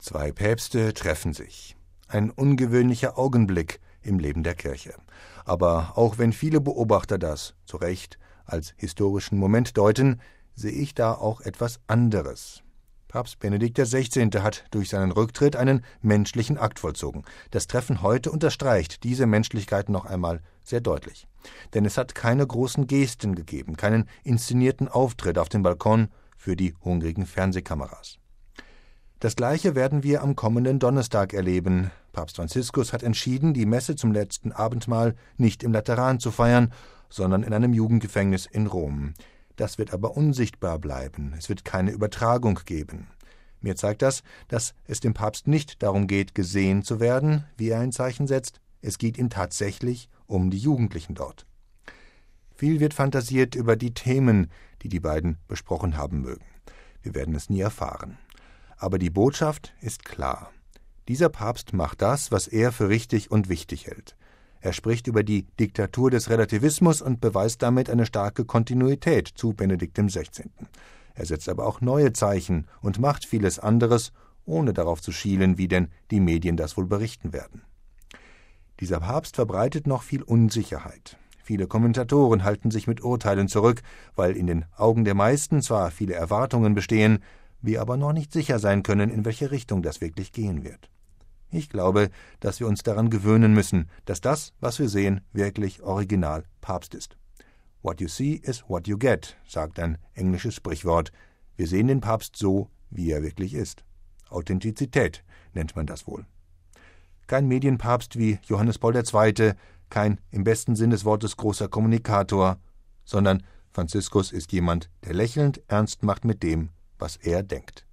Zwei Päpste treffen sich. Ein ungewöhnlicher Augenblick im Leben der Kirche. Aber auch wenn viele Beobachter das, zu Recht, als historischen Moment deuten, sehe ich da auch etwas anderes. Papst Benedikt XVI. Hat durch seinen Rücktritt einen menschlichen Akt vollzogen. Das Treffen heute unterstreicht diese Menschlichkeit noch einmal sehr deutlich. Denn es hat keine großen Gesten gegeben, keinen inszenierten Auftritt auf dem Balkon für die hungrigen Fernsehkameras. Das Gleiche werden wir am kommenden Donnerstag erleben. Papst Franziskus hat entschieden, die Messe zum letzten Abendmahl nicht im Lateran zu feiern, sondern in einem Jugendgefängnis in Rom. Das wird aber unsichtbar bleiben. Es wird keine Übertragung geben. Mir zeigt das, dass es dem Papst nicht darum geht, gesehen zu werden, wie er ein Zeichen setzt. Es geht ihm tatsächlich um die Jugendlichen dort. Viel wird fantasiert über die Themen, die die beiden besprochen haben mögen. Wir werden es nie erfahren. Aber die Botschaft ist klar. Dieser Papst macht das, was er für richtig und wichtig hält. Er spricht über die Diktatur des Relativismus und beweist damit eine starke Kontinuität zu Benedikt XVI. Er setzt aber auch neue Zeichen und macht vieles anderes, ohne darauf zu schielen, wie denn die Medien das wohl berichten werden. Dieser Papst verbreitet noch viel Unsicherheit. Viele Kommentatoren halten sich mit Urteilen zurück, weil in den Augen der meisten zwar viele Erwartungen bestehen, wir aber noch nicht sicher sein können, in welche Richtung das wirklich gehen wird. Ich glaube, dass wir uns daran gewöhnen müssen, dass das, was wir sehen, wirklich original Papst ist. What you see is what you get, sagt ein englisches Sprichwort. Wir sehen den Papst so, wie er wirklich ist. Authentizität nennt man das wohl. Kein Medienpapst wie Johannes Paul II., kein im besten Sinn des Wortes großer Kommunikator, sondern Franziskus ist jemand, der lächelnd ernst macht mit dem, was er denkt.